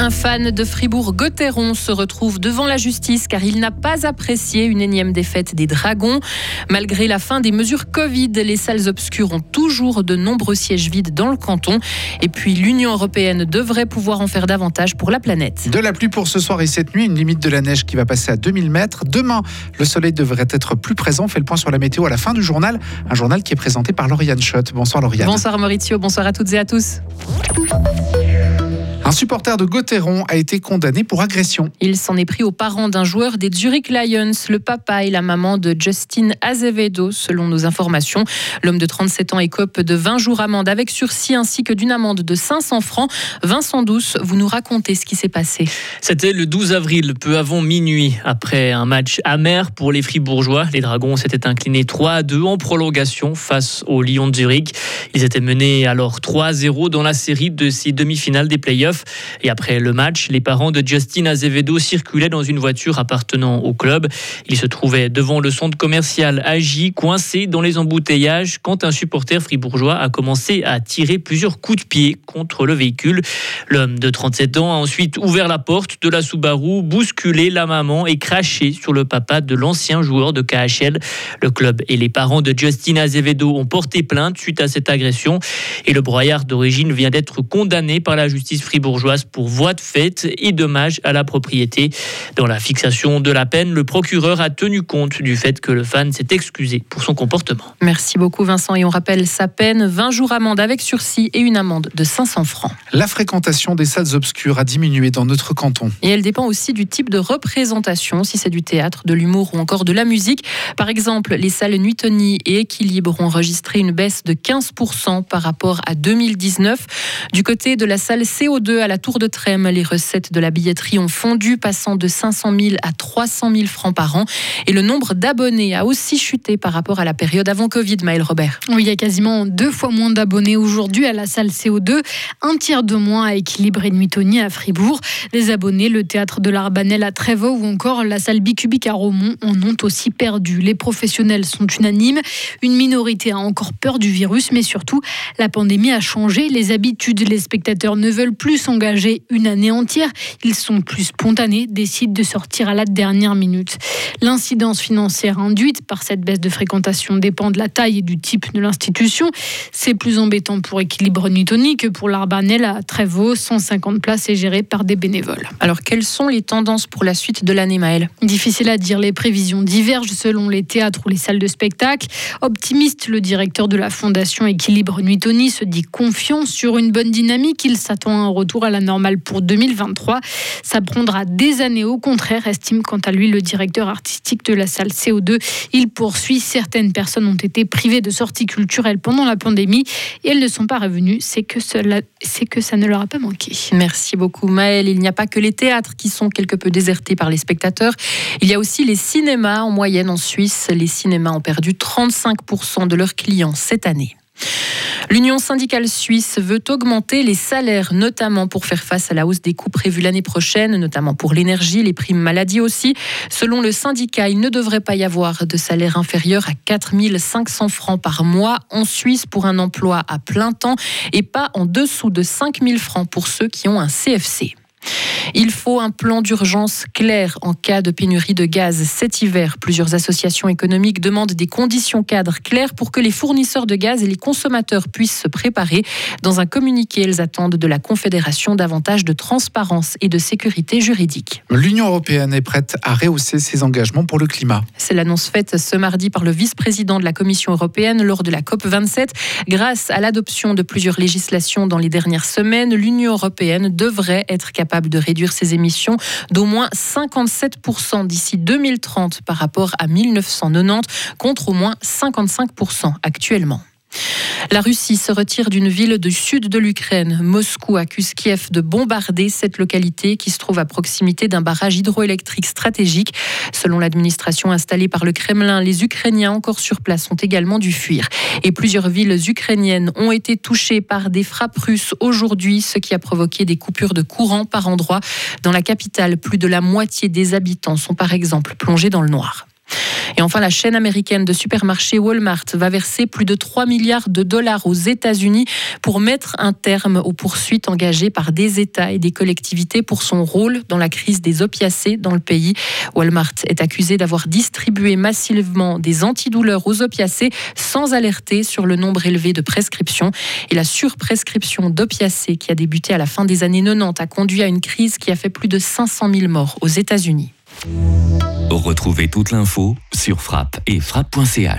Un fan de Fribourg-Gotteron se retrouve devant la justice car il n'a pas apprécié une énième défaite des Dragons. Malgré la fin des mesures Covid, les salles obscures ont toujours de nombreux sièges vides dans le canton. Et puis l'Union européenne devrait pouvoir en faire davantage pour la planète. De la pluie pour ce soir et cette nuit, une limite de la neige qui va passer à 2000 mètres. Demain, le soleil devrait être plus présent. On fait le point sur la météo à la fin du journal. Un journal qui est présenté par Lauriane Schott. Bonsoir Lauriane. Bonsoir Maurizio, bonsoir à toutes et à tous. Un supporter de Gotteron a été condamné pour agression. Il s'en est pris aux parents d'un joueur des Zurich Lions, le papa et la maman de Justin Azevedo, selon nos informations. L'homme de 37 ans écope de 20 jours amende avec sursis ainsi que d'une amende de 500 francs. Vincent Douce, vous nous racontez ce qui s'est passé. C'était le 12 avril, peu avant minuit. Après un match amer pour les Fribourgeois, les Dragons s'étaient inclinés 3-2 en prolongation face aux Lions de Zurich. Ils étaient menés alors 3-0 dans la série de ces demi-finales des playoffs. Et après le match, les parents de Justin Azevedo circulaient dans une voiture appartenant au club. Ils se trouvaient devant le centre commercial Agi, coincés dans les embouteillages, quand un supporter fribourgeois a commencé à tirer plusieurs coups de pied contre le véhicule. L'homme de 37 ans a ensuite ouvert la porte de la Subaru, bousculé la maman et craché sur le papa de l'ancien joueur de KHL. Le club et les parents de Justin Azevedo ont porté plainte suite à cette agression. Et le broyard d'origine vient d'être condamné par la justice fribourgeoise pour voie de fait et dommage à la propriété. Dans la fixation de la peine, le procureur a tenu compte du fait que le fan s'est excusé pour son comportement. Merci beaucoup Vincent, et on rappelle sa peine, 20 jours amende avec sursis et une amende de 500 francs. La fréquentation des salles obscures a diminué dans notre canton. Et elle dépend aussi du type de représentation, si c'est du théâtre, de l'humour ou encore de la musique. Par exemple, les salles Nuitoni et Équilibre ont enregistré une baisse de 15% par rapport à 2019. Du côté de la salle CO2 à la Tour de Trême, les recettes de la billetterie ont fondu, passant de 500 000 à 300 000 francs par an. Et le nombre d'abonnés a aussi chuté par rapport à la période avant Covid, Maëlle Robert. Oui, il y a quasiment 2 fois moins d'abonnés aujourd'hui à la salle CO2, un tiers de moins à Équilibre et Nuitoni à Fribourg. Les abonnés, le théâtre de l'Arbanel à Trévaux ou encore la salle Bicubic à Romont en ont aussi perdu. Les professionnels sont unanimes. Une minorité a encore peur du virus, mais surtout, la pandémie a changé les habitudes. Les spectateurs ne veulent plus s'engager une année entière. Ils sont plus spontanés, décident de sortir à la dernière minute. L'incidence financière induite par cette baisse de fréquentation dépend de la taille et du type de l'institution. C'est plus embêtant pour Équilibre Nuitoni que pour l'Arbanel à Trévaux. 150 places est gérée par des bénévoles. Alors, quelles sont les tendances pour la suite de l'année, Maëlle ? Difficile à dire, les prévisions divergent selon les théâtres ou les salles de spectacle. Optimiste, le directeur de la fondation Équilibre Nuitoni se dit confiant sur une bonne dynamique. Il s'attend à un retour à la normale pour 2023. Ça prendra des années au contraire, estime quant à lui le directeur artistique de la salle CO2. Il poursuit, certaines personnes ont été privées de sorties culturelles pendant la pandémie et elles ne sont pas revenues. C'est que ça ne leur a pas manqué. Merci beaucoup Maëlle. Il n'y a pas que les théâtres qui sont quelque peu désertés par les spectateurs. Il y a aussi les cinémas. En moyenne en Suisse, les cinémas ont perdu 35% de leurs clients cette année. L'Union syndicale suisse veut augmenter les salaires, notamment pour faire face à la hausse des coûts prévus l'année prochaine, notamment pour l'énergie, les primes maladie aussi. Selon le syndicat, il ne devrait pas y avoir de salaire inférieur à 4 500 francs par mois en Suisse pour un emploi à plein temps et pas en dessous de 5 000 francs pour ceux qui ont un CFC. Il faut un plan d'urgence clair en cas de pénurie de gaz cet hiver. Plusieurs associations économiques demandent des conditions cadres claires pour que les fournisseurs de gaz et les consommateurs puissent se préparer. Dans un communiqué, elles attendent de la Confédération davantage de transparence et de sécurité juridique. L'Union européenne est prête à rehausser ses engagements pour le climat. C'est l'annonce faite ce mardi par le vice-président de la Commission européenne lors de la COP27. Grâce à l'adoption de plusieurs législations dans les dernières semaines, l'Union européenne devrait être capable de réduire ses émissions d'au moins 57% d'ici 2030 par rapport à 1990, contre au moins 55% actuellement. La Russie se retire d'une ville du sud de l'Ukraine. Moscou accuse Kiev de bombarder cette localité qui se trouve à proximité d'un barrage hydroélectrique stratégique. Selon l'administration installée par le Kremlin, les Ukrainiens encore sur place ont également dû fuir. Et plusieurs villes ukrainiennes ont été touchées par des frappes russes aujourd'hui, ce qui a provoqué des coupures de courant par endroits. Dans la capitale, plus de la moitié des habitants sont par exemple plongés dans le noir. Et enfin, la chaîne américaine de supermarchés Walmart va verser plus de 3 milliards de dollars aux États-Unis pour mettre un terme aux poursuites engagées par des États et des collectivités pour son rôle dans la crise des opiacés dans le pays. Walmart est accusé d'avoir distribué massivement des antidouleurs aux opiacés sans alerter sur le nombre élevé de prescriptions. Et la surprescription d'opiacés qui a débuté à la fin des années 90 a conduit à une crise qui a fait plus de 500 000 morts aux États-Unis. Retrouvez toute l'info sur frappe et frappe.ch.